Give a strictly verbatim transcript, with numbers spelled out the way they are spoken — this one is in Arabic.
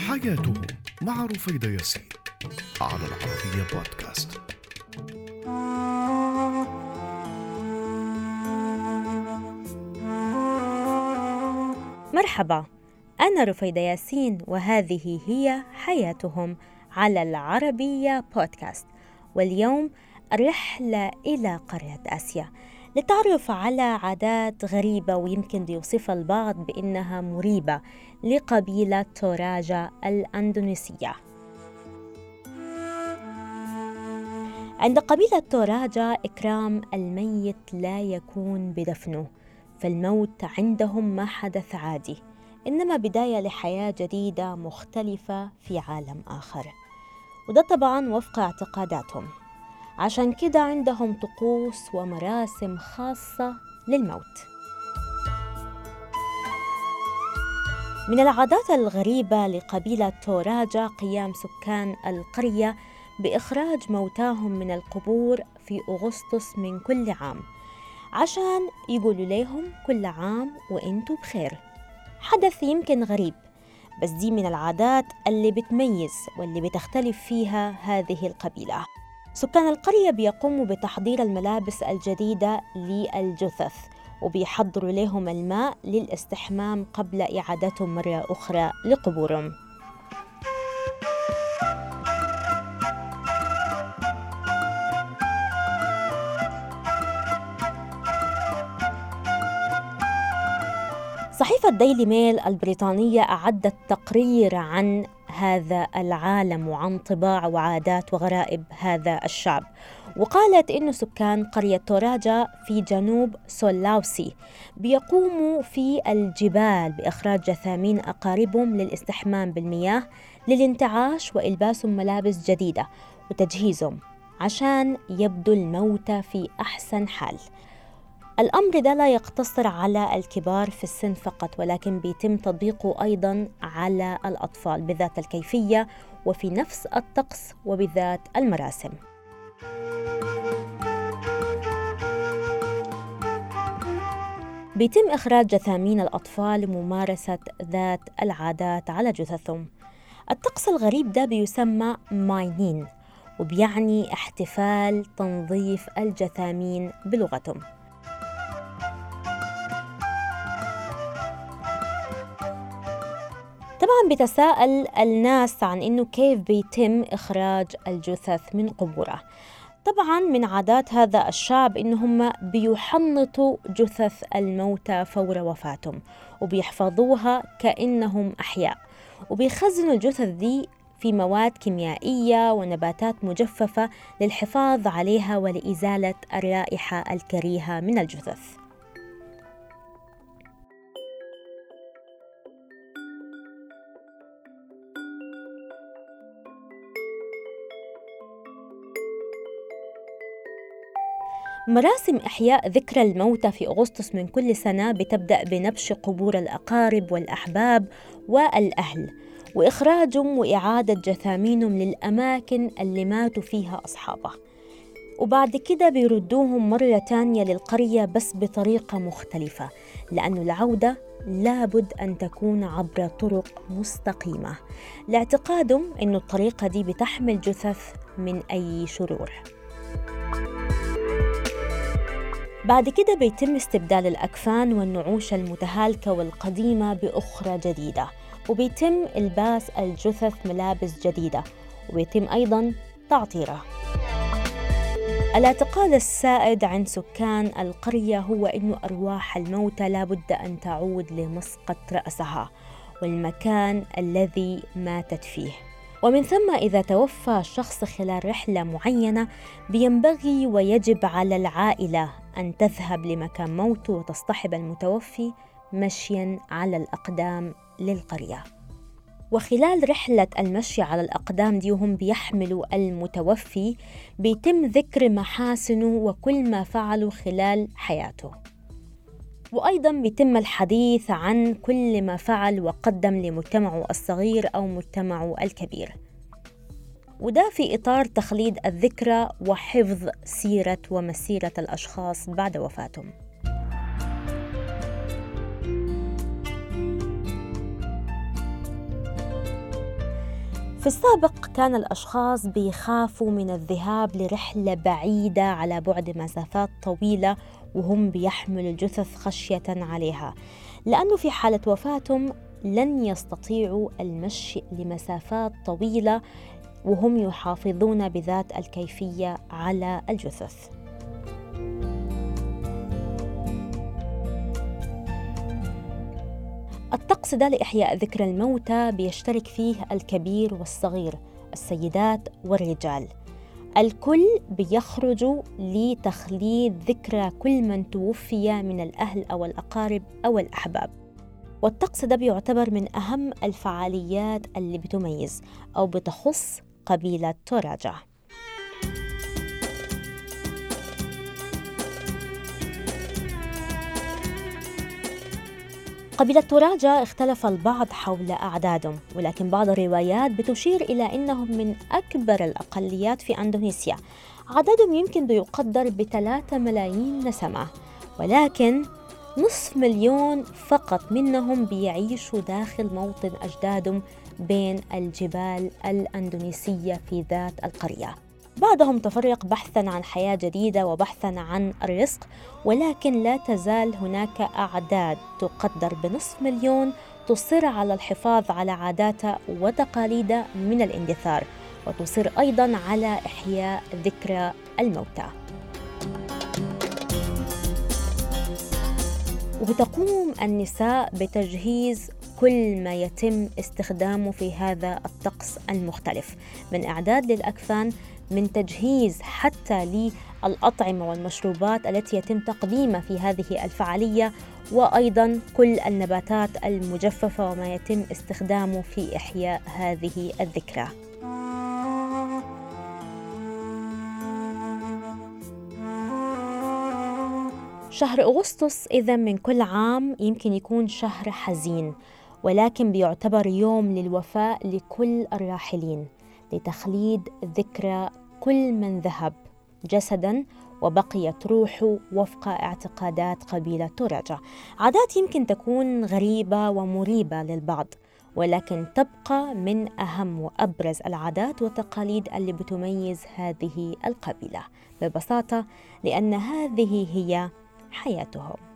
حياتهم مع رفيدة ياسين على العربية بودكاست. مرحبا، أنا رفيدة ياسين وهذه هي حياتهم على العربية بودكاست. واليوم رحلة إلى قارة آسيا للتعرف على عادات غريبة ويمكن ليوصفها البعض بأنها مريبة لقبيلة توراجا الأندونيسية. عند قبيلة توراجا إكرام الميت لا يكون بدفنه، فالموت عندهم ما حدث عادي، إنما بداية لحياة جديدة مختلفة في عالم آخر، وده طبعاً وفق اعتقاداتهم. عشان كده عندهم طقوس ومراسم خاصة للموت. من العادات الغريبة لقبيلة توراجا قيام سكان القرية بإخراج موتاهم من القبور في أغسطس من كل عام، عشان يقولوا لهم كل عام وإنتوا بخير. حدث يمكن غريب، بس دي من العادات اللي بتميز واللي بتختلف فيها هذه القبيلة. سكان القرية بيقوموا بتحضير الملابس الجديدة للجثث، وبيحضروا لهم الماء للاستحمام قبل إعادتهم مرة أخرى لقبورهم. صحيفة ديلي ميل البريطانية أعدت تقرير عن هذا العالم وعن طباع وعادات وغرائب هذا الشعب، وقالت إنه سكان قرية توراجا في جنوب سولاوسي بيقوموا في الجبال بإخراج جثامين أقاربهم للاستحمام بالمياه للانتعاش وإلباسهم ملابس جديدة وتجهيزهم عشان يبدو الموتى في أحسن حال. الأمر ده لا يقتصر على الكبار في السن فقط، ولكن بيتم تطبيقه أيضاً على الأطفال بذات الكيفية وفي نفس الطقس وبذات المراسم. بيتم إخراج جثامين الأطفال لممارسة ذات العادات على جثثهم. الطقس الغريب ده بيسمى ماينين، وبيعني احتفال تنظيف الجثامين بلغتهم. طبعاً بتساءل الناس عن إنه كيف بيتم إخراج الجثث من قبورها. طبعاً من عادات هذا الشعب إنهم بيحنطوا جثث الموتى فور وفاتهم وبيحفظوها كأنهم أحياء، وبيخزنوا الجثث دي في مواد كيميائية ونباتات مجففة للحفاظ عليها ولإزالة الرائحة الكريهة من الجثث. مراسم إحياء ذكرى الموتى في أغسطس من كل سنة بتبدأ بنبش قبور الأقارب والأحباب والأهل وإخراجهم وإعادة جثامينهم للأماكن اللي ماتوا فيها أصحابه، وبعد كده بيردوهم مرة تانية للقرية بس بطريقة مختلفة، لأنه العودة لابد أن تكون عبر طرق مستقيمة، لاعتقادهم أن الطريقة دي بتحمل جثث من أي شرور. بعد كده بيتم استبدال الأكفان والنعوش المتهالكة والقديمة بأخرى جديدة، وبيتم إلباس الجثث ملابس جديدة، وبيتم أيضاً تعطيرها. الاعتقاد السائد عند سكان القرية هو أن أرواح الموتى لابد أن تعود لمسقط رأسها والمكان الذي ماتت فيه، ومن ثم إذا توفى شخص خلال رحلة معينة بينبغي ويجب على العائلة أن تذهب لمكان موته وتصطحب المتوفي مشياً على الأقدام للقرية. وخلال رحلة المشي على الأقدام دي وهم بيحملوا المتوفي بيتم ذكر محاسنه وكل ما فعلوا خلال حياته، وأيضاً بيتم الحديث عن كل ما فعل وقدم لمجتمعه الصغير أو مجتمعه الكبير، وده في إطار تخليد الذكرى وحفظ سيرة ومسيرة الأشخاص بعد وفاتهم. في السابق كان الأشخاص بيخافوا من الذهاب لرحلة بعيدة على بعد مسافات طويلة وهم بيحملوا الجثث خشية عليها، لأنه في حالة وفاتهم لن يستطيعوا المشي لمسافات طويلة وهم يحافظون بذات الكيفية على الجثث. الطقس ده لإحياء ذكرى الموتى بيشترك فيه الكبير والصغير، السيدات والرجال. الكل بيخرجوا لتخليد ذكرى كل من توفي من الأهل أو الأقارب أو الأحباب. والطقس ده بيعتبر من أهم الفعاليات اللي بتميز أو بتخص قبيلة توراجة. قبيلة توراجة اختلف البعض حول أعدادهم، ولكن بعض الروايات بتشير إلى أنهم من أكبر الأقليات في أندونيسيا. عددهم يمكن بيقدر بثلاثة ملايين نسمة، ولكن نصف مليون فقط منهم بيعيشوا داخل موطن أجدادهم بين الجبال الأندونيسية في ذات القرية. بعضهم تفرق بحثاً عن حياة جديدة وبحثاً عن الرزق، ولكن لا تزال هناك أعداد تقدر بنصف مليون تصر على الحفاظ على عاداتها وتقاليدها من الاندثار، وتصر أيضاً على إحياء ذكرى الموتى. وتقوم النساء بتجهيز كل ما يتم استخدامه في هذا الطقس المختلف، من إعداد للأكفان، من تجهيز حتى للأطعمة والمشروبات التي يتم تقديمها في هذه الفعالية، وأيضاً كل النباتات المجففة وما يتم استخدامه في إحياء هذه الذكرى. شهر أغسطس إذا من كل عام يمكن يكون شهر حزين، ولكن بيعتبر يوم للوفاء لكل الراحلين، لتخليد ذكرى كل من ذهب جسداً وبقيت روحه وفق اعتقادات قبيلة توراجة. عادات يمكن تكون غريبة ومريبة للبعض، ولكن تبقى من أهم وأبرز العادات والتقاليد اللي بتميز هذه القبيلة، ببساطة لأن هذه هي حياتهم.